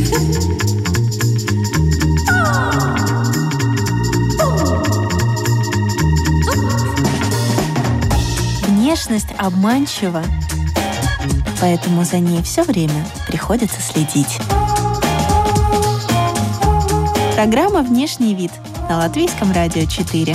Внешность обманчива, поэтому за ней все время приходится следить. Программа «Внешний вид» на Латвийском радио 4.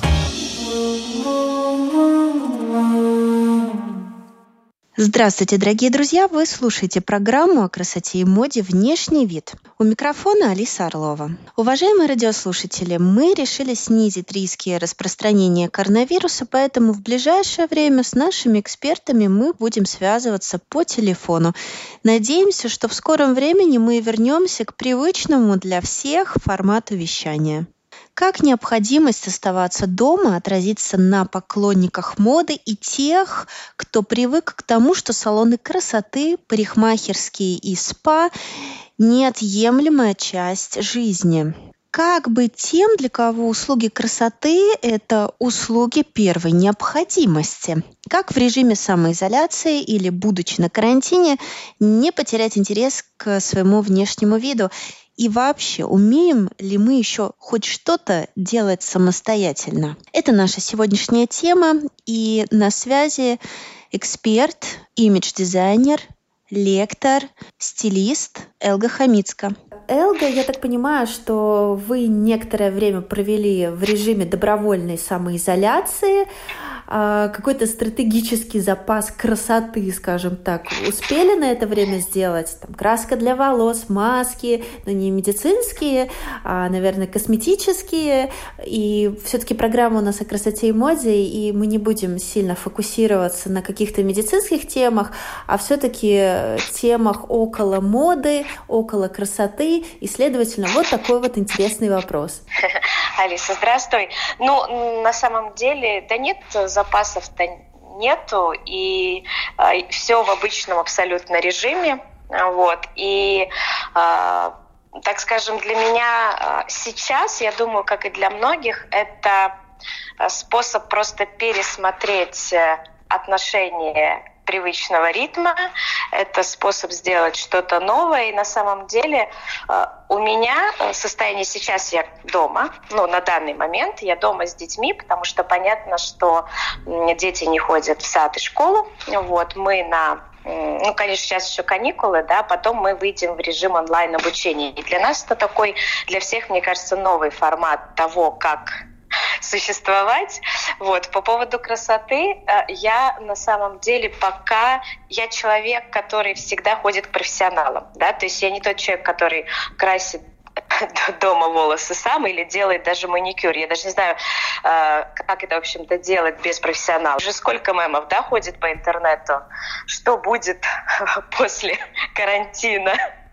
Здравствуйте, дорогие друзья! Вы слушаете программу о красоте и моде «Внешний вид». У микрофона Алиса Орлова. Уважаемые радиослушатели, мы решили снизить риски распространения коронавируса, поэтому в ближайшее время с нашими экспертами мы будем связываться по телефону. Надеемся, что в скором времени мы вернемся к привычному для всех формату вещания. Как необходимость оставаться дома отразится на поклонниках моды и тех, кто привык к тому, что салоны красоты, парикмахерские и спа – неотъемлемая часть жизни? Как быть тем, для кого услуги красоты – это услуги первой необходимости? Как в режиме самоизоляции или будучи на карантине не потерять интерес к своему внешнему виду? И вообще, умеем ли мы еще хоть что-то делать самостоятельно? Это наша сегодняшняя тема. И на связи эксперт, имидж-дизайнер, лектор, стилист Элга Хамицка. Элга, я так понимаю, что вы некоторое время провели в режиме добровольной самоизоляции. Какой-то стратегический запас красоты, скажем так, успели на это время сделать? Там, краска для волос, маски, но не медицинские, а, наверное, косметические. И все-таки программа у нас о красоте и моде, и мы не будем сильно фокусироваться на каких-то медицинских темах, а все-таки темах около моды, около красоты. И, следовательно, вот такой вот интересный вопрос. Алиса, здравствуй. На самом деле, да нет, запасов-то нету, и все в обычном абсолютно режиме. Вот. И, так скажем, для меня сейчас, я думаю, как и для многих, это способ просто пересмотреть отношения привычного ритма, это способ сделать что-то новое. И на самом деле у меня состояние сейчас, я дома, на данный момент я дома с детьми, потому что понятно, что дети не ходят в сад и школу. Вот, мы конечно, сейчас еще каникулы, да, потом мы выйдем в режим онлайн-обучения. И для нас это такой, для всех, мне кажется, новый формат того, как существовать. Вот. По поводу красоты, я на самом деле я человек, который всегда ходит к профессионалам. Да? То есть я не тот человек, который красит дома волосы сам или делает даже маникюр. Я даже не знаю, как это, в общем-то, делать без профессионала. Уже сколько мемов, да, ходит по интернету, что будет после карантина.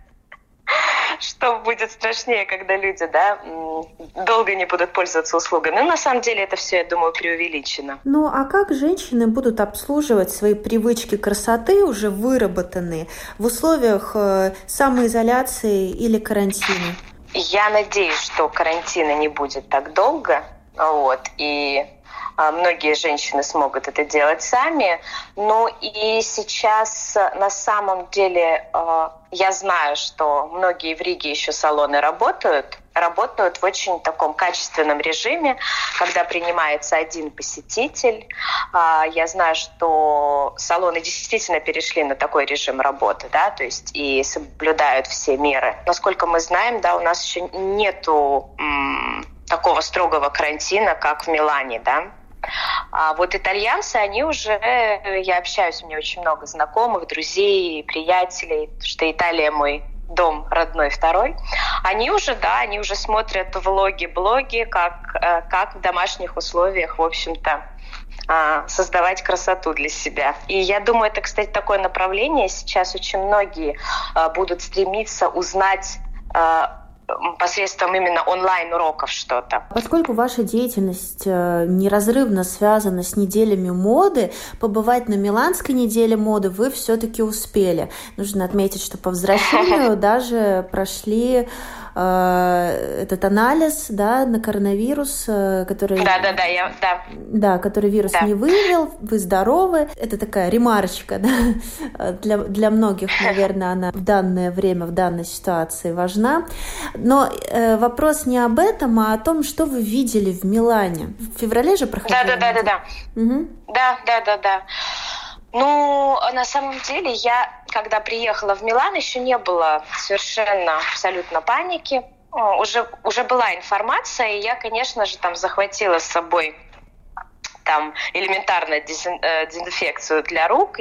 Что будет страшнее, когда люди, долго не будут пользоваться услугами. На самом деле это все, я думаю, преувеличено. А как женщины будут обслуживать свои привычки красоты, уже выработанные, в условиях самоизоляции или карантина? Я надеюсь, что карантина не будет так долго, и многие женщины смогут это делать сами. И сейчас на самом деле я знаю, что многие в Риге еще салоны работают в очень таком качественном режиме, когда принимается один посетитель. Я знаю, что салоны действительно перешли на такой режим работы, да, то есть и соблюдают все меры. Насколько мы знаем, да, у нас еще нету такого строгого карантина, как в Милане, да. А вот итальянцы, они уже, я общаюсь, у меня очень много знакомых, друзей, приятелей, потому что Италия мой дом родной второй. Они уже смотрят влоги, блоги, как в домашних условиях, в общем-то, создавать красоту для себя. И я думаю, это, кстати, такое направление. Сейчас очень многие будут стремиться узнать посредством именно онлайн-уроков что-то. Поскольку ваша деятельность неразрывно связана с неделями моды, побывать на Миланской неделе моды вы все-таки успели. Нужно отметить, что по возвращению даже прошли этот анализ, да, на коронавирус, который... который вирус не выявил, вы здоровы. Это такая ремарочка, да? Для многих, наверное, она в данное время, в данной ситуации важна. Но вопрос не об этом, а о том, что вы видели в Милане. В феврале же проходила? Да. Ну, на самом деле, я, когда приехала в Милан, еще не было совершенно абсолютно паники. Уже была информация, и я, конечно же, там захватила с собой там элементарно дезинфекцию для рук,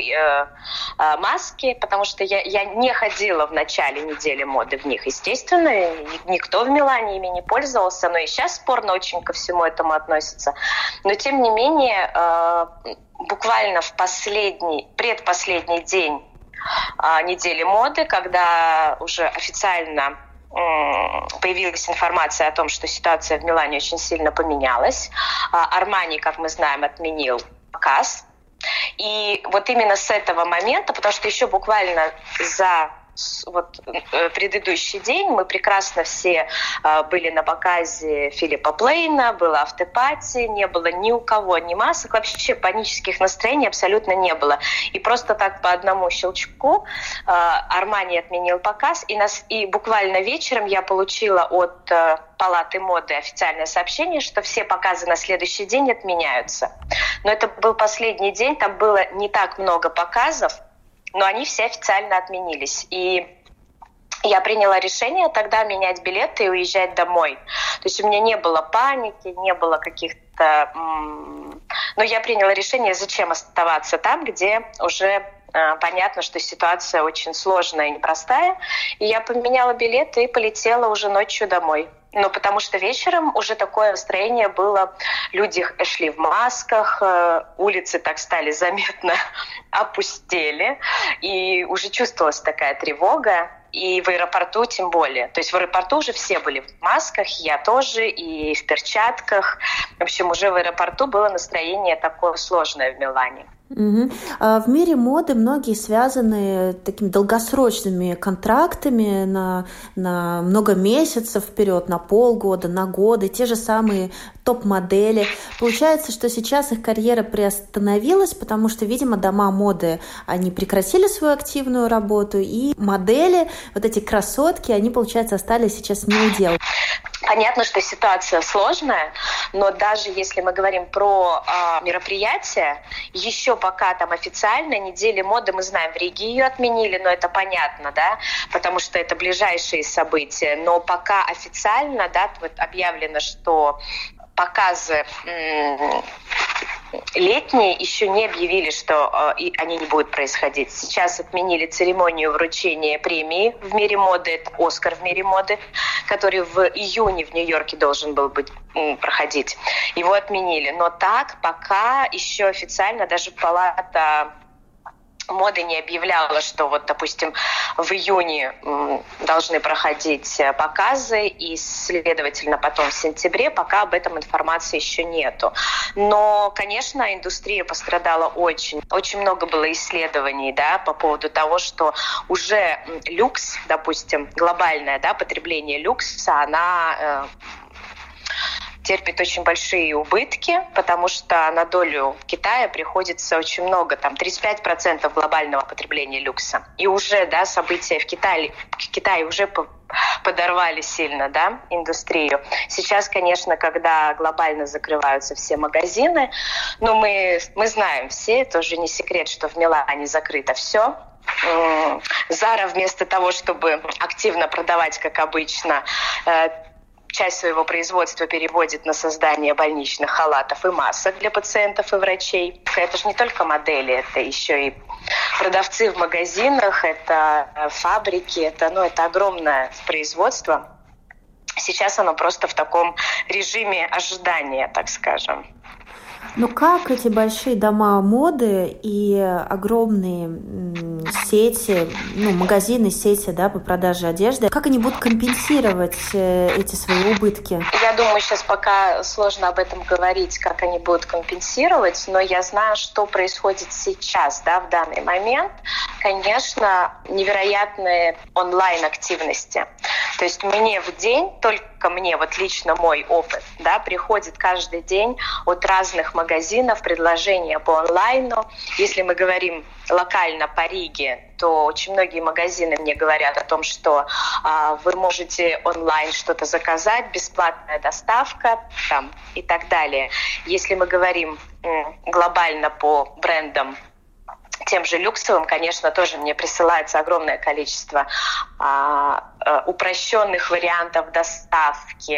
маски, потому что я не ходила в начале недели моды в них. Естественно, никто в Милане ими не пользовался, но и сейчас спорно очень ко всему этому относится. Но, тем не менее, буквально в предпоследний день недели моды, когда уже официально появилась информация о том, что ситуация в Милане очень сильно поменялась. Армани, как мы знаем, отменил показ. И вот именно с этого момента, потому что еще буквально за предыдущий день мы прекрасно все были на показе Филиппа Плейна, было автопати, не было ни у кого ни масок, вообще панических настроений абсолютно не было. И просто так по одному щелчку Армани отменил показ, и буквально вечером я получила от Палаты моды официальное сообщение, что все показы на следующий день отменяются. Но это был последний день, там было не так много показов, но они все официально отменились. И я приняла решение тогда менять билеты и уезжать домой. То есть у меня не было паники, не было каких-то... Но я приняла решение, зачем оставаться там, где уже понятно, что ситуация очень сложная и непростая. И я поменяла билеты и полетела уже ночью домой. Ну, потому что вечером уже такое настроение было. Люди шли в масках, улицы так стали заметно опустели, и уже чувствовалась такая тревога. И в аэропорту тем более. То есть в аэропорту уже все были в масках, я тоже, и в перчатках. В общем, уже в аэропорту было настроение такое сложное в Милане. Угу. В мире моды многие связаны такими долгосрочными контрактами на много месяцев вперед, на полгода, на годы, те же самые топ-модели. Получается, что сейчас их карьера приостановилась, потому что, видимо, дома моды, они прекратили свою активную работу, и модели, вот эти красотки, они, получается, остались сейчас не у дел. Понятно, что ситуация сложная, но даже если мы говорим про мероприятия, еще пока там официально недели моды, мы знаем, в Риге ее отменили, но это понятно, да, потому что это ближайшие события, но пока официально, да, вот объявлено, что показы летние еще не объявили, что они не будут происходить. Сейчас отменили церемонию вручения премии в мире моды, это «Оскар» в мире моды, который в июне в Нью-Йорке должен был проходить. Его отменили. Но так пока еще официально даже Палата моды не объявляла, что вот, допустим, в июне должны проходить показы, и, следовательно, потом в сентябре, пока об этом информации еще нету. Но, конечно, индустрия пострадала очень. Очень много было исследований, да, по поводу того, что уже люкс, допустим, глобальное, да, потребление люкса, она терпит очень большие убытки, потому что на долю Китая приходится очень много, там 35% глобального потребления люкса. И уже, да, события в Китае уже подорвали сильно, да, индустрию. Сейчас, конечно, когда глобально закрываются все магазины, но мы знаем все, это уже не секрет, что в Милане закрыто все. Zara вместо того, чтобы активно продавать, как обычно, часть своего производства переводит на создание больничных халатов и масок для пациентов и врачей. Это же не только модели, это еще и продавцы в магазинах, это фабрики, это огромное производство. Сейчас оно просто в таком режиме ожидания, так скажем. Но как эти большие дома моды и огромные сети, магазины, сети, да, по продаже одежды, как они будут компенсировать эти свои убытки? Я думаю, сейчас пока сложно об этом говорить, как они будут компенсировать, но я знаю, что происходит сейчас, да, в данный момент. Конечно, невероятные онлайн-активности. То есть мне в день, только мне, вот лично мой опыт, да, приходит каждый день от разных магазинов предложения по онлайну. Если мы говорим локально по Риге, то очень многие магазины мне говорят о том, что вы можете онлайн что-то заказать, бесплатная доставка там, и так далее. Если мы говорим глобально по брендам, тем же люксовым, конечно, тоже мне присылается огромное количество упрощенных вариантов доставки.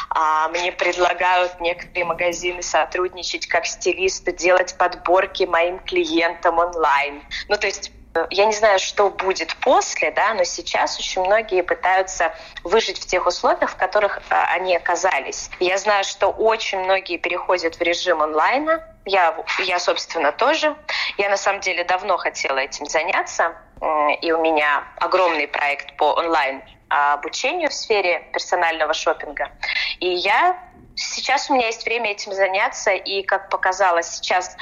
Мне предлагают некоторые магазины сотрудничать как стилисты, делать подборки моим клиентам онлайн. То есть я не знаю, что будет после, да, но сейчас очень многие пытаются выжить в тех условиях, в которых они оказались. Я знаю, что очень многие переходят в режим онлайна. Я, собственно, тоже. Я, на самом деле, давно хотела этим заняться. И у меня огромный проект по онлайн-обучению в сфере персонального шопинга. И сейчас у меня есть время этим заняться. И, как показалось, сейчас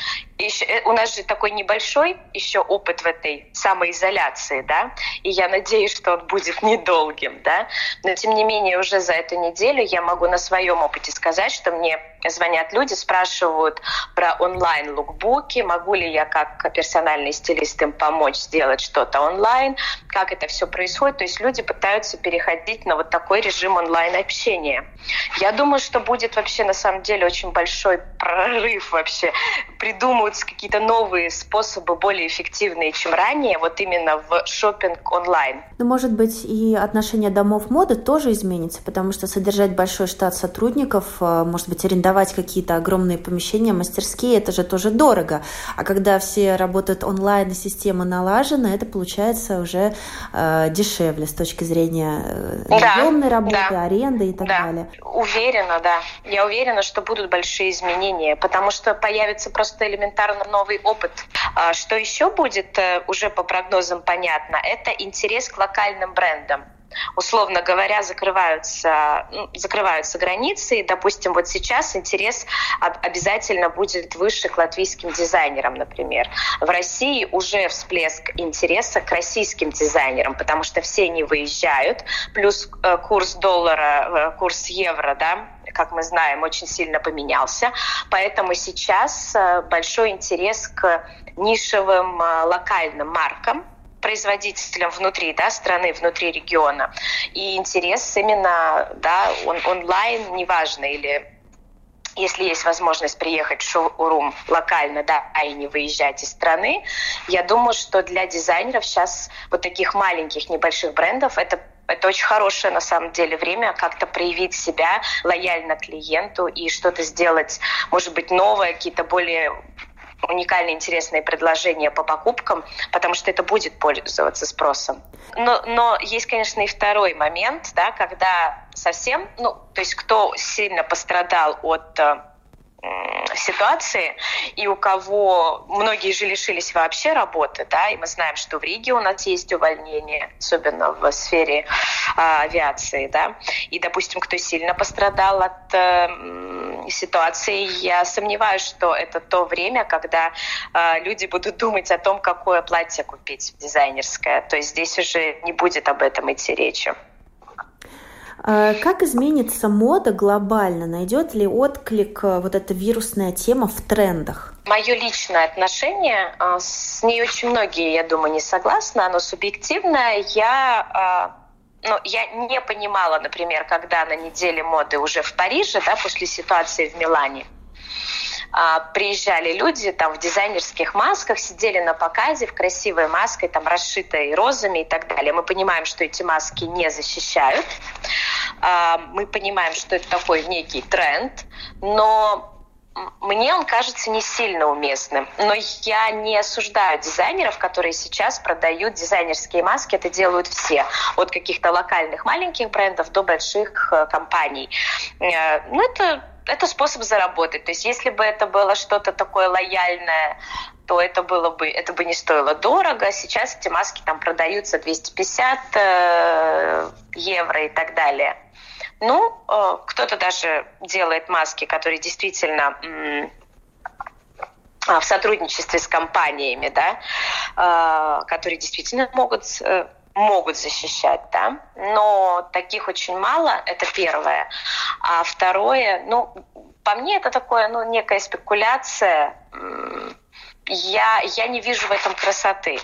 у нас же такой небольшой еще опыт в этой самоизоляции, да, и я надеюсь, что он будет недолгим, да, но тем не менее уже за эту неделю я могу на своем опыте сказать, что мне звонят люди, спрашивают про онлайн-лукбуки, могу ли я как персональный стилист им помочь сделать что-то онлайн, как это все происходит, то есть люди пытаются переходить на вот такой режим онлайн-общения. Я думаю, что будет вообще на самом деле очень большой прорыв вообще, придумываются какие-то новые способы, более эффективные, чем ранее, вот именно в шопинг онлайн. Может быть, и отношение домов моды тоже изменится, потому что содержать большой штат сотрудников, может быть, арендовать какие-то огромные помещения, мастерские, это же тоже дорого. А когда все работают онлайн и система налажена, это получается уже дешевле с точки зрения наемной работы, аренды и так далее. Уверена, да. Я уверена, что будут большие изменения, потому что появится просто элементарно новый опыт. Что еще будет, уже по прогнозам понятно, это интерес к локальным брендам. Условно говоря, закрываются границы, и, допустим, вот сейчас интерес обязательно будет выше к латвийским дизайнерам, например. В России уже всплеск интереса к российским дизайнерам, потому что все они выезжают, плюс курс доллара, курс евро, да, как мы знаем, очень сильно поменялся, поэтому сейчас большой интерес к нишевым локальным маркам, производителям внутри, да, страны, внутри региона. И интерес именно, да, онлайн, неважно, или если есть возможность приехать в шоурум локально, да, и не выезжать из страны, я думаю, что для дизайнеров сейчас вот таких маленьких, небольших брендов это очень хорошее, на самом деле, время как-то проявить себя лояльно клиенту и что-то сделать, может быть, новое, какие-то более уникальные, интересные предложения по покупкам, потому что это будет пользоваться спросом. Но есть, конечно, и второй момент, да, когда совсем, то есть кто сильно пострадал от ситуации, и у кого многие же лишились вообще работы, да, и мы знаем, что в Риге у нас есть увольнения, особенно в сфере авиации, да, и, допустим, кто сильно пострадал от ситуации, я сомневаюсь, что это то время, когда люди будут думать о том, какое платье купить дизайнерское, то есть здесь уже не будет об этом идти речи. Как изменится мода глобально? Найдет ли отклик вот эта вирусная тема в трендах? Мое личное отношение, с ней очень многие, я думаю, не согласны, оно субъективное. Я не понимала, например, когда на неделе моды уже в Париже, да, после ситуации в Милане, приезжали люди там в дизайнерских масках, сидели на показе в красивой маске, там расшитой розами и так далее. Мы понимаем, что эти маски не защищают. Мы понимаем, что это такой некий тренд, но мне он кажется не сильно уместным. Но я не осуждаю дизайнеров, которые сейчас продают дизайнерские маски. Это делают все. От каких-то локальных маленьких брендов до больших компаний. Это это способ заработать. То есть если бы это было что-то такое лояльное, то это бы не стоило дорого. Сейчас эти маски там продаются 250 евро и так далее. Ну, кто-то даже делает маски, которые действительно в сотрудничестве с компаниями, да, которые действительно могут защищать, да, но таких очень мало, это первое. А второе, по мне это такое, некая спекуляция. Я не вижу в этом красоты.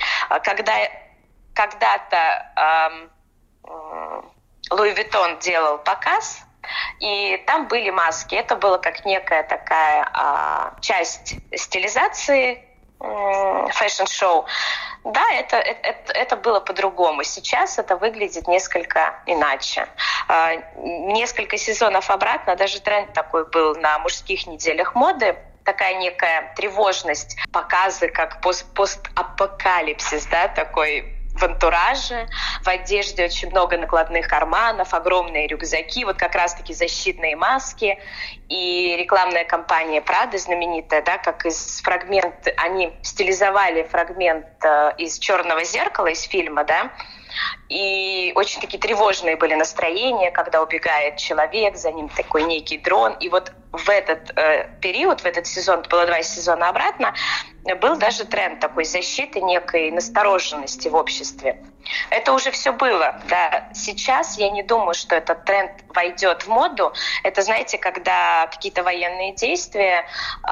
Когда-то Луи Vuitton делал показ, и там были маски. Это было как некая такая часть стилизации фэшн-шоу. Да, это было по-другому. Сейчас это выглядит несколько иначе. Несколько сезонов обратно даже тренд такой был на мужских неделях моды. Такая некая тревожность, показы как постапокалипсис, да, такой в антураже, в одежде очень много накладных карманов, огромные рюкзаки, вот как раз-таки защитные маски. И рекламная кампания Prada знаменитая, да, как они стилизовали фрагмент из «Черного зеркала», из фильма, да, и очень такие тревожные были настроения, когда убегает человек, за ним такой некий дрон. И вот в этот период, в этот сезон, это было 2 сезона обратно, был даже тренд такой защиты, некой настороженности в обществе. Это уже все было. Да. Сейчас я не думаю, что этот тренд войдет в моду. Это, знаете, когда какие-то военные действия,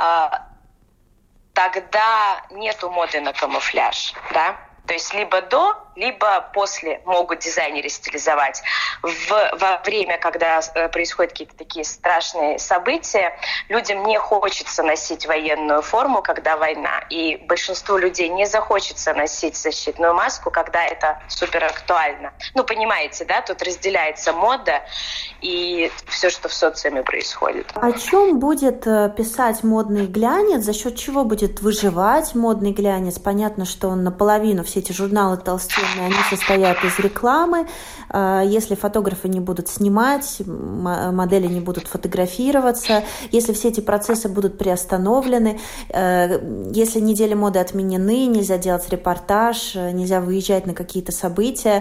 тогда нету моды на камуфляж, да. То есть либо до, либо после могут дизайнеры стилизовать. Во время, когда происходят какие-то такие страшные события, людям не хочется носить военную форму, когда война. И большинству людей не захочется носить защитную маску, когда это супер актуально. Понимаете, да, тут разделяется мода и все, что в социуме происходит. О чем будет писать модный глянец? За счет чего будет выживать модный глянец? Понятно, что он наполовину, все эти журналы толстенные, они состоят из рекламы. Если фотографы не будут снимать, модели не будут фотографироваться, если все эти процессы будут приостановлены, если недели моды отменены, нельзя делать репортаж, нельзя выезжать на какие-то события,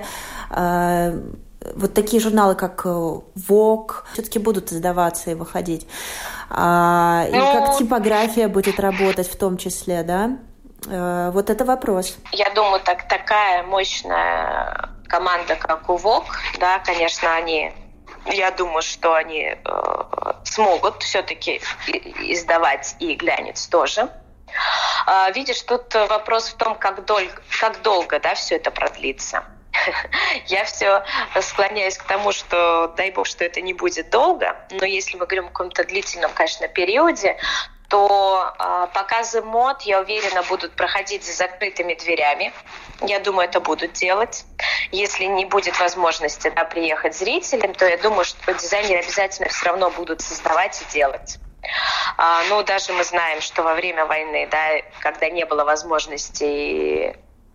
вот такие журналы, как Vogue, все-таки будут издаваться и выходить. И как типография будет работать в том числе, да? Вот это вопрос. Я думаю, такая мощная команда, как у Vogue, да, конечно, я думаю, что они смогут все-таки издавать и глянец тоже. Видишь, тут вопрос в том, как долго, да, все это продлится. Я все склоняюсь к тому, что дай бог, что это не будет долго, но если мы говорим о каком-то длительном, конечно, периоде, то показы мод, я уверена, будут проходить за закрытыми дверями. Я думаю, это будут делать. Если не будет возможности, да, приехать зрителям, то я думаю, что дизайнеры обязательно все равно будут создавать и делать. Даже мы знаем, что во время войны, да, когда не было возможности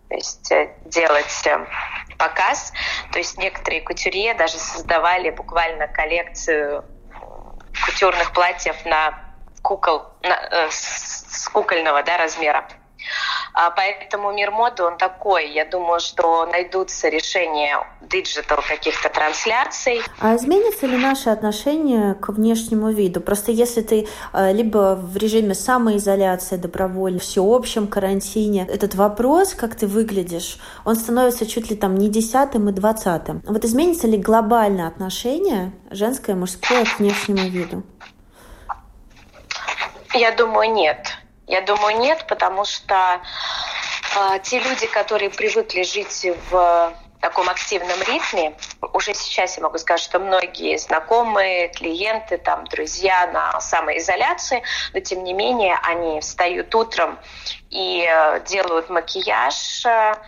делать показ, то есть некоторые кутюрье даже создавали буквально коллекцию кутюрных платьев на кукол с кукольного, да, размера. Поэтому мир моды, он такой. Я думаю, что найдутся решения диджитал каких-то трансляций. А изменится ли наше отношение к внешнему виду? Просто если ты либо в режиме самоизоляции добровольно, в всеобщем карантине, этот вопрос, как ты выглядишь, он становится чуть ли там не 10-м и 20-м. Вот изменится ли глобальное отношение женское и мужское к внешнему виду? Я думаю, нет. Потому что те люди, которые привыкли жить в таком активном ритме, уже сейчас я могу сказать, что многие знакомые, клиенты, там, друзья на самоизоляции, но тем не менее они встают утром и делают макияж.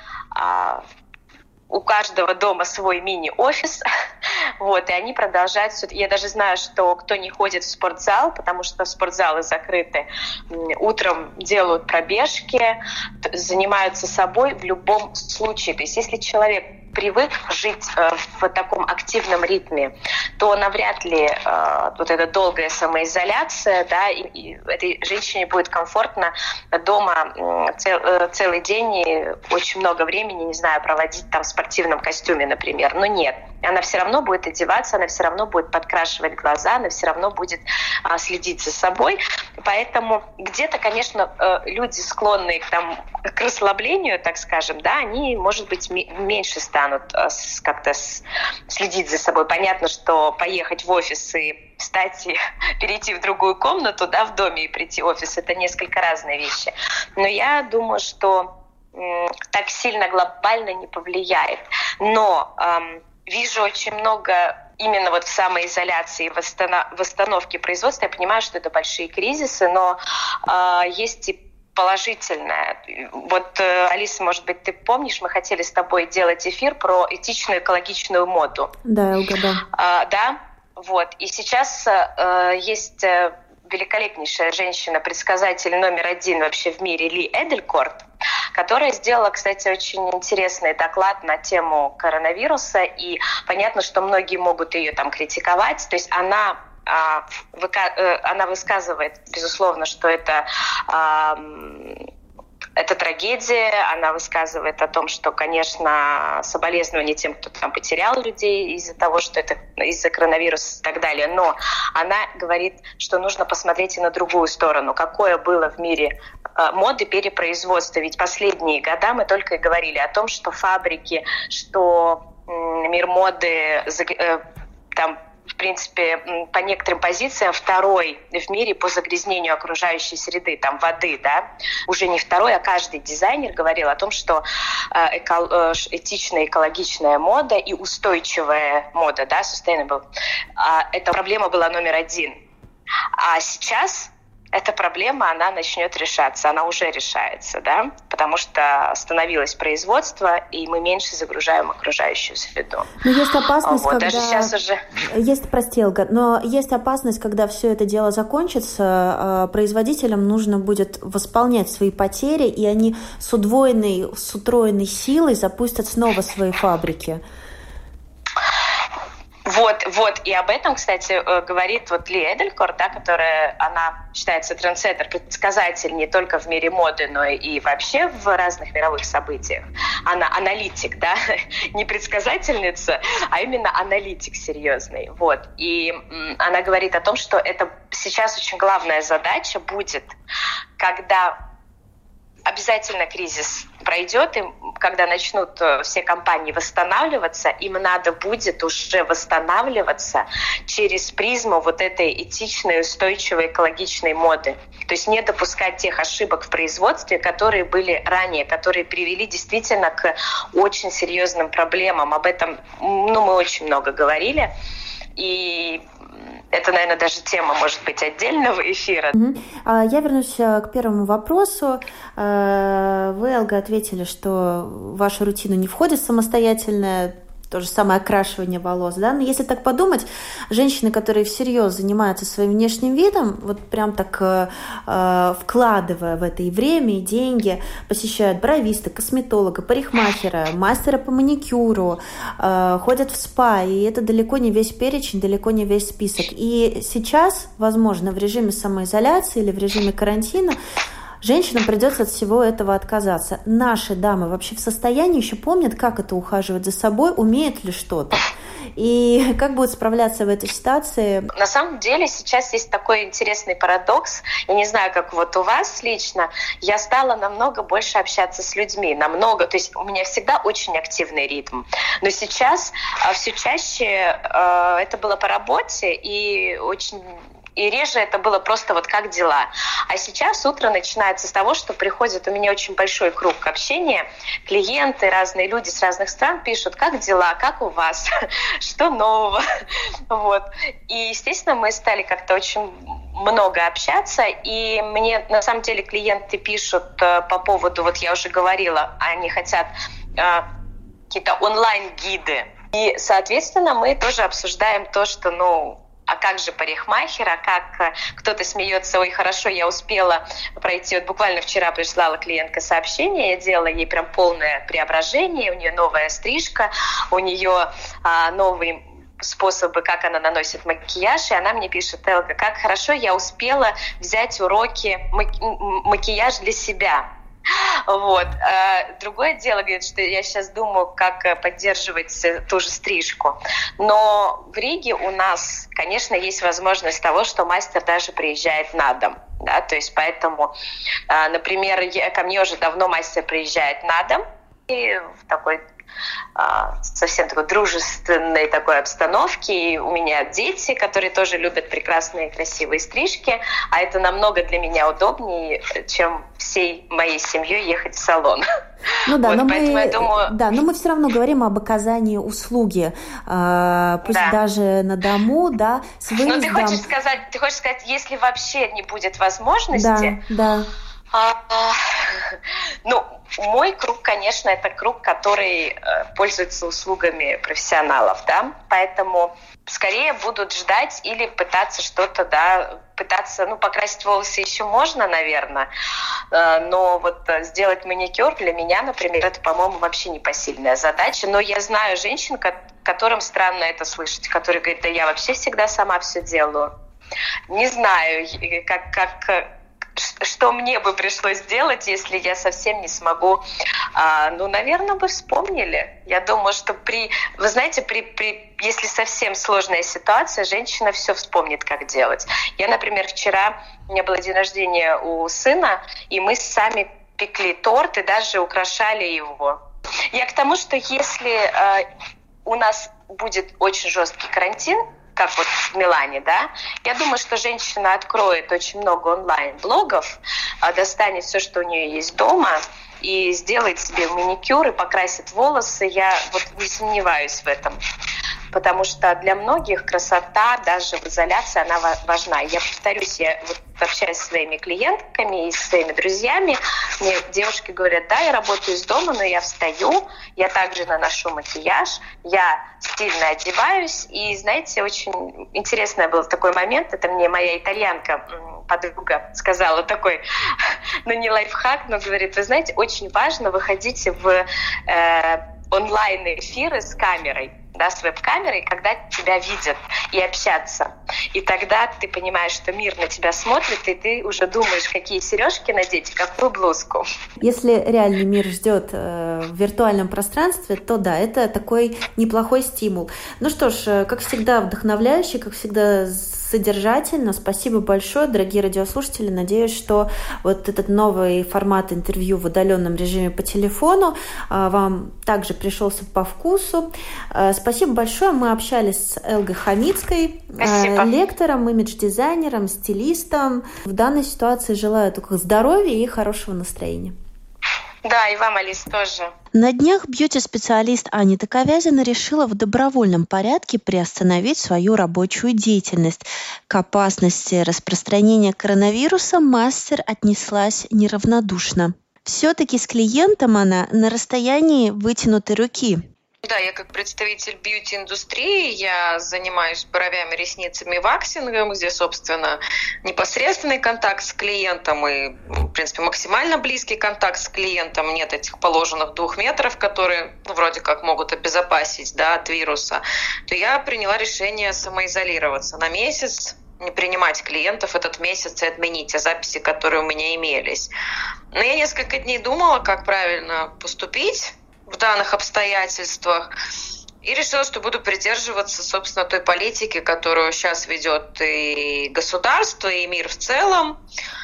У каждого дома свой мини-офис, вот, и они продолжают. Я даже знаю, что кто не ходит в спортзал, потому что спортзалы закрыты, утром делают пробежки, занимаются собой в любом случае. То есть если человек привык жить в таком активном ритме, то навряд ли вот эта долгая самоизоляция, да, и этой женщине будет комфортно дома целый день и очень много времени, не знаю, проводить там в спортивном костюме, например. Но нет, она все равно будет одеваться, она все равно будет подкрашивать глаза, она все равно будет следить за собой. Поэтому где-то, конечно, люди, склонные к расслаблению, так скажем, да, они, может быть, меньше станут как-то следить за собой. Понятно, что поехать в офис и встать и перейти в другую комнату, да, в доме и прийти в офис — это несколько разные вещи. Но я думаю, что так сильно глобально не повлияет. Но вижу очень много именно вот в самоизоляции, в восстановке производства. Я понимаю, что это большие кризисы, но есть и положительное. Вот, Алиса, может быть, ты помнишь, мы хотели с тобой делать эфир про этичную экологичную моду. Да, я угадала. Да, вот. И сейчас есть великолепнейшая женщина-предсказатель номер 1 вообще в мире Ли Эделькорт, которая сделала, кстати, очень интересный доклад на тему коронавируса. И понятно, что многие могут ее там критиковать. То есть она высказывает, безусловно, что это трагедия, она высказывает о том, что, конечно, соболезнования тем, кто там потерял людей из-за того, что это из-за коронавируса и так далее. Но она говорит, что нужно посмотреть и на другую сторону, какое было в мире моды перепроизводства. Ведь последние года мы только и говорили о том, что фабрики, что мир моды там, в принципе, по некоторым позициям второй в мире по загрязнению окружающей среды, там, воды, да, уже не второй, а каждый дизайнер говорил о том, что этичная, экологичная мода и устойчивая мода, да, sustainable, эта проблема была номер 1. А сейчас эта проблема, она начнет решаться, она уже решается, да, потому что остановилось производство, и мы меньше загружаем окружающую среду. Но есть опасность, вот, когда... Даже сейчас уже... Прости, Элга, но есть опасность, когда все это дело закончится, производителям нужно будет восполнять свои потери, и они с утроенной силой запустят снова свои фабрики. Вот, и об этом, кстати, говорит вот Ли Эделькорт, да, которая, она считается трендсеттер, предсказатель не только в мире моды, но и вообще в разных мировых событиях. Она аналитик, да, не предсказательница, а именно аналитик серьезный. Вот, и она говорит о том, что это сейчас очень главная задача будет, когда обязательно кризис пройдет, и когда начнут все компании восстанавливаться, им надо будет уже восстанавливаться через призму вот этой этичной, устойчивой, экологичной моды. То есть не допускать тех ошибок в производстве, которые были ранее, которые привели действительно к очень серьезным проблемам. Об этом мы очень много говорили. И это, наверное, даже тема, может быть, отдельного эфира. Я вернусь к первому вопросу. Вы, Элга, ответили, что в вашу рутину не входит самостоятельное то же самое окрашивание волос, да, но если так подумать, женщины, которые всерьез занимаются своим внешним видом, вот прям так вкладывая в это и время, и деньги, посещают бровиста, косметолога, парикмахера, мастера по маникюру, ходят в спа, и это далеко не весь перечень, далеко не весь список. И сейчас, возможно, в режиме самоизоляции или в режиме карантина женщинам придется от всего этого отказаться. Наши дамы вообще в состоянии еще помнят, как это ухаживать за собой, умеют ли что-то? И как будут справляться в этой ситуации? На самом деле сейчас есть такой интересный парадокс. Я не знаю, как вот у вас лично. Я стала намного больше общаться с людьми. Намного. То есть у меня всегда очень активный ритм. Но сейчас все чаще это было по работе и реже это было просто вот как дела. А сейчас утро начинается с того, что приходит у меня очень большой круг общения. Клиенты, разные люди с разных стран пишут, как дела, как у вас, что нового. Вот. И, естественно, мы стали как-то очень много общаться. И мне, на самом деле, клиенты пишут по поводу, вот я уже говорила, они хотят какие-то онлайн-гиды. И, соответственно, мы тоже обсуждаем то, что, а как же парикмахер, а как кто-то смеется, ой, хорошо, я успела пройти, вот буквально вчера прислала клиентка сообщение, я делала ей прям полное преображение, у нее новая стрижка, у нее новый способы, как она наносит макияж, и она мне пишет: Элга, как хорошо я успела взять уроки макияж для себя. Вот. Другое дело, говорит, что я сейчас думаю, как поддерживать ту же стрижку. Но в Риге у нас, конечно, есть возможность того, что мастер даже приезжает на дом. Да? То есть поэтому, например, ко мне уже давно мастер приезжает на дом, и в такой совсем такой дружественной такой обстановке. И у меня дети, которые тоже любят прекрасные красивые стрижки, а это намного для меня удобнее, чем всей моей семьей ехать в салон. Ну да, вот, но поэтому я думаю... да, но мы все равно говорим об оказании услуги, пусть даже на дому, да, с выездом. Но ты хочешь сказать, если вообще не будет возможности... Да. Ну, мой круг, конечно, это круг, который пользуется услугами профессионалов, да, поэтому скорее будут ждать или пытаться что-то, да, покрасить волосы еще можно, наверное, но вот сделать маникюр для меня, например, это, по-моему, вообще непосильная задача, но я знаю женщин, которым странно это слышать, которые говорят: да я вообще всегда сама все делаю. Не знаю, что мне бы пришлось сделать, если я совсем не смогу. Наверное, бы вспомнили. Я думаю, что вы знаете, если совсем сложная ситуация, женщина все вспомнит, как делать. Я, например, вчера, у меня был день рождения у сына, и мы сами пекли торт и даже украшали его. Я к тому, что если у нас будет очень жесткий карантин, как вот в Милане, да, я думаю, что женщина откроет очень много онлайн-блогов, достанет все, что у нее есть дома, и сделает себе маникюр и покрасит волосы. Я вот не сомневаюсь в этом. Потому что для многих красота даже в изоляции, она важна. Я повторюсь, я вот общаюсь со своими клиентками и со своими друзьями. Мне девушки говорят: да, я работаю из дома, но я встаю, я также наношу макияж, я стильно одеваюсь. И, знаете, очень интересный был такой момент. Это мне моя итальянка, подруга, сказала такой, не лайфхак, но говорит: вы знаете, очень важно выходить в онлайн-эфиры с камерой, да, с веб-камерой, когда тебя видят, и общаться. И тогда ты понимаешь, что мир на тебя смотрит, и ты уже думаешь, какие сережки надеть, какую блузку. Если реальный мир ждет в виртуальном пространстве, то да, это такой неплохой стимул. Ну что ж, как всегда вдохновляюще, как всегда содержательно. Спасибо большое, дорогие радиослушатели. Надеюсь, что вот этот новый формат интервью в удаленном режиме по телефону вам также пришелся по вкусу. Спасибо большое. Мы общались с Элгой Хамицкой, лектором, имидж-дизайнером, стилистом. В данной ситуации желаю только здоровья и хорошего настроения. Да, и вам, Алис, тоже. На днях бьюти-специалист Анита Ковязина решила в добровольном порядке приостановить свою рабочую деятельность. К опасности распространения коронавируса мастер отнеслась неравнодушно. Все-таки с клиентом она на расстоянии вытянутой руки. Да, я как представитель бьюти-индустрии, я занимаюсь бровями, ресницами, ваксингом, где, собственно, непосредственный контакт с клиентом и, в принципе, максимально близкий контакт с клиентом. Нет этих положенных 2 метров, которые вроде как могут обезопасить, да, от вируса. То я приняла решение самоизолироваться на месяц, не принимать клиентов этот месяц и отменить те записи, которые у меня имелись. Но я несколько дней думала, как правильно поступить в данных обстоятельствах, и решила, что буду придерживаться, собственно, той политики, которую сейчас ведет и государство, и мир в целом.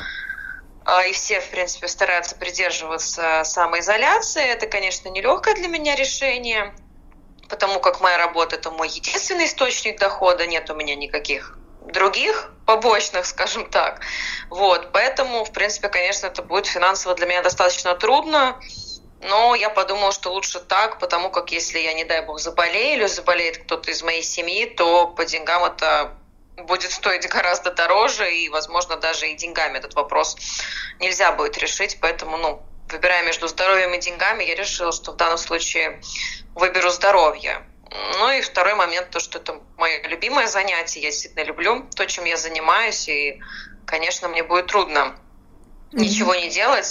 И все, в принципе, стараются придерживаться самоизоляции. Это, конечно, нелегкое для меня решение, потому как моя работа – это мой единственный источник дохода, нет у меня никаких других побочных, скажем так. Вот, поэтому, в принципе, конечно, это будет финансово для меня достаточно трудно. Но я подумала, что лучше так, потому как если я, не дай бог, заболею или заболеет кто-то из моей семьи, то по деньгам это будет стоить гораздо дороже, и, возможно, даже и деньгами этот вопрос нельзя будет решить. Поэтому, выбирая между здоровьем и деньгами, я решила, что в данном случае выберу здоровье. Ну и второй момент, то, что это мое любимое занятие, я действительно люблю то, чем я занимаюсь, и, конечно, мне будет трудно ничего не делать,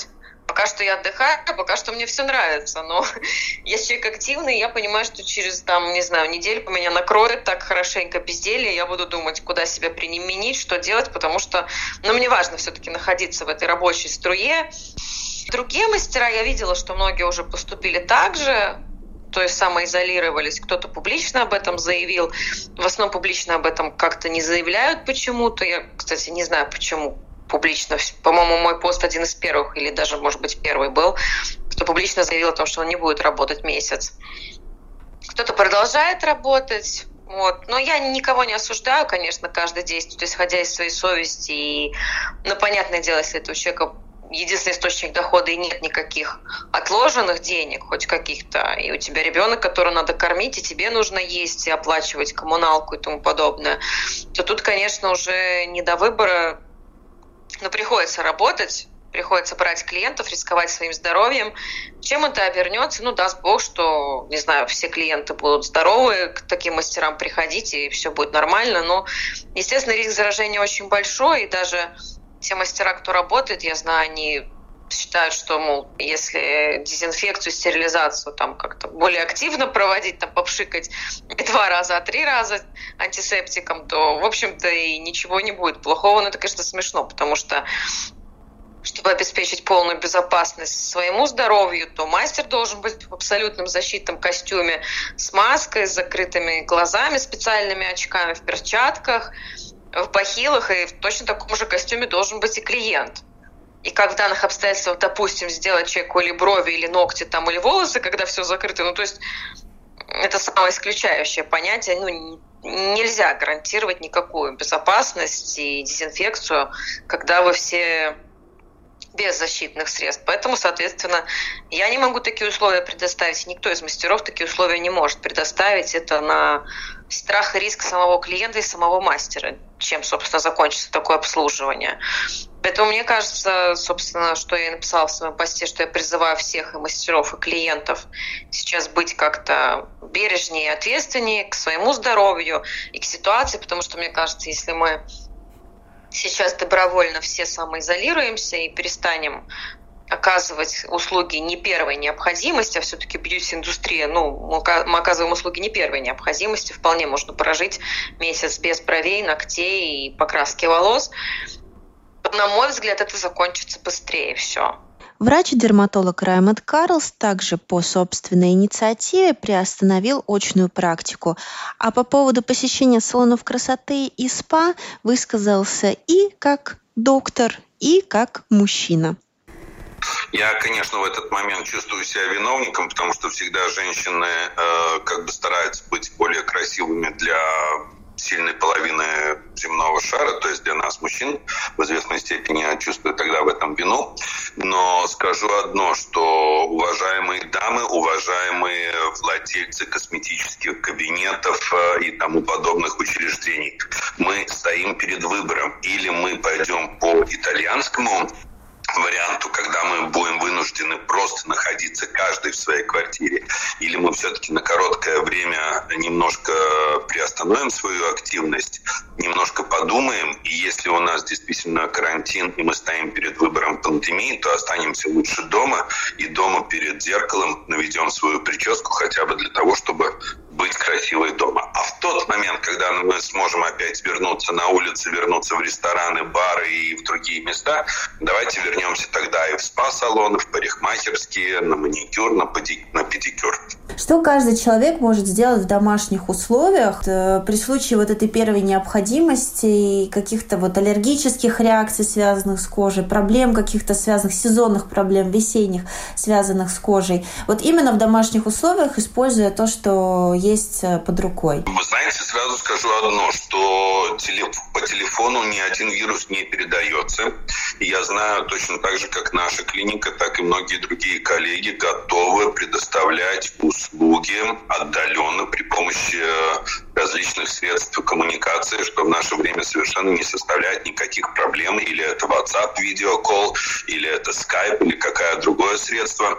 Пока что я отдыхаю, пока что мне все нравится, но я человек активный, я понимаю, что через, недельку меня накроет так хорошенько безделье, я буду думать, куда себя применить, что делать, потому что, мне важно все-таки находиться в этой рабочей струе. Другие мастера, я видела, что многие уже поступили так же, то есть самоизолировались, кто-то публично об этом заявил, в основном публично об этом как-то не заявляют почему-то, я, кстати, не знаю почему. Публично, по-моему, мой пост один из первых, или даже, может быть, первый был, кто публично заявил о том, что он не будет работать месяц. Кто-то продолжает работать, но я никого не осуждаю, конечно, каждый действует, исходя из своей совести. Понятное дело, если это у человека единственный источник дохода и нет никаких отложенных денег, хоть каких-то, и у тебя ребенок, которого надо кормить, и тебе нужно есть, и оплачивать коммуналку и тому подобное, то тут, конечно, уже не до выбора. Но приходится работать, приходится брать клиентов, рисковать своим здоровьем. Чем это обернется? Даст Бог, что, не знаю, все клиенты будут здоровы, к таким мастерам приходить, и все будет нормально. Но, естественно, риск заражения очень большой, и даже те мастера, кто работает, я знаю, они считают, что, если дезинфекцию, стерилизацию там как-то более активно проводить, попшикать не 2 раза, а 3 раза антисептиком, то, в общем-то, и ничего не будет плохого. Но это, конечно, смешно, потому что, чтобы обеспечить полную безопасность своему здоровью, то мастер должен быть в абсолютном защитном костюме с маской, с закрытыми глазами, специальными очками, в перчатках, в бахилах, и в точно таком же костюме должен быть и клиент. И как в данных обстоятельствах, допустим, сделать человеку или брови, или ногти, или волосы, когда все закрыто, то есть это самое исключающее понятие. Нельзя гарантировать никакую безопасность и дезинфекцию, когда вы все без защитных средств. Поэтому, соответственно, я не могу такие условия предоставить. Никто из мастеров такие условия не может предоставить. Это на страх и риск самого клиента и самого мастера, чем, собственно, закончится такое обслуживание. Поэтому мне кажется, собственно, что я и написала в своем посте, что я призываю всех и мастеров, и клиентов сейчас быть как-то бережнее и ответственнее к своему здоровью и к ситуации, потому что, мне кажется, если мы сейчас добровольно все самоизолируемся и перестанем оказывать услуги не первой необходимости, а все-таки бьюти-индустрия, мы оказываем услуги не первой необходимости, вполне можно прожить месяц без бровей, ногтей и покраски волос. На мой взгляд, это закончится быстрее все. Врач-дерматолог Раймонд Карлс также по собственной инициативе приостановил очную практику. А по поводу посещения салонов красоты и СПА высказался и как доктор, и как мужчина. Я, конечно, в этот момент чувствую себя виновником, потому что всегда женщины стараются быть более красивыми для сильной половины земного шара, то есть для нас, мужчин, в известной степени я чувствую тогда в этом вину. Но скажу одно, что уважаемые дамы, уважаемые владельцы косметических кабинетов и тому подобных учреждений, мы стоим перед выбором. Или мы пойдем по итальянскому варианту, когда мы будем вынуждены просто находиться каждый в своей квартире, или мы все-таки на короткое время немножко приостановим свою активность, немножко подумаем, и если у нас действительно карантин, и мы стоим перед выбором пандемии, то останемся лучше дома, и дома перед зеркалом наведем свою прическу хотя бы для того, чтобы быть красивой дома. А в тот момент, когда мы сможем опять вернуться на улицы, вернуться в рестораны, бары и в другие места, давайте вернемся тогда и в спа-салоны, в парикмахерские, на маникюр, на педикюр. Что каждый человек может сделать в домашних условиях при случае этой первой необходимости и каких-то аллергических реакций, связанных с кожей, проблем каких-то связанных, сезонных проблем, весенних, связанных с кожей? Именно в домашних условиях, используя то, что есть под рукой. Вы знаете, сразу скажу одно, что по телефону ни один вирус не передается. И я знаю точно так же, как наша клиника, так и многие другие коллеги готовы предоставлять услуги отдаленно при помощи различных средств коммуникации, что в наше время совершенно не составляет никаких проблем. Или это WhatsApp, видеоколл, или это Skype, или какое другое средство.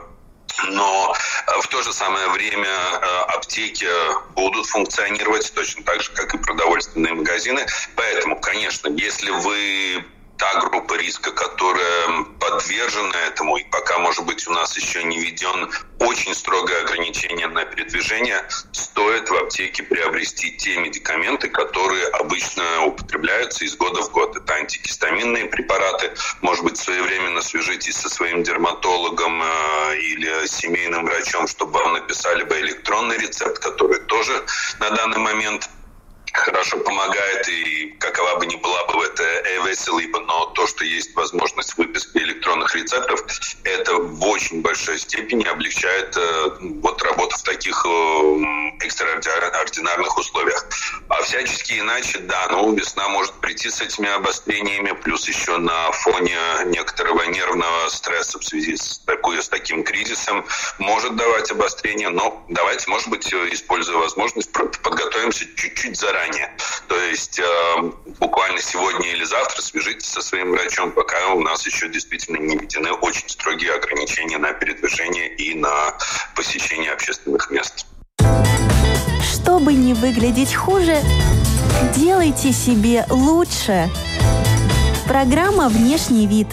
Но в то же самое время аптеки будут функционировать точно так же, как и продовольственные магазины. Поэтому, конечно, если вы та группа риска, которая подвержена этому, и пока, может быть, у нас еще не введен очень строгое ограничение на передвижение, стоит в аптеке приобрести те медикаменты, которые обычно употребляются из года в год. Это антигистаминные препараты. Может быть, своевременно свяжитесь со своим дерматологом или семейным врачом, чтобы вам написали бы электронный рецепт, который тоже на данный момент хорошо помогает, и какова бы ни была бы это весело, но то, что есть возможность выписки электронных рецептов, это в очень большой степени облегчает работу в таких экстраординарных условиях. А всячески иначе, да, весна может прийти с этими обострениями, плюс еще на фоне некоторого нервного стресса в связи с таким кризисом может давать обострение, но давайте, может быть, используя возможность, подготовимся чуть-чуть заранее. То есть буквально сегодня или завтра свяжитесь со своим врачом, пока у нас еще действительно не введены очень строгие ограничения на передвижение и на посещение общественных мест. Чтобы не выглядеть хуже, делайте себе лучше. Программа «Внешний вид».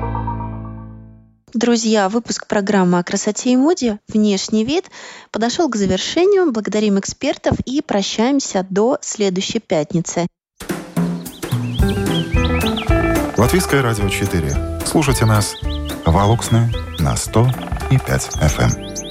Друзья, выпуск программы о красоте и моде «Внешний вид» подошел к завершению. Благодарим экспертов и прощаемся до следующей пятницы. Латвийское радио 4. Слушайте нас в Алуксне на 100,5 FM.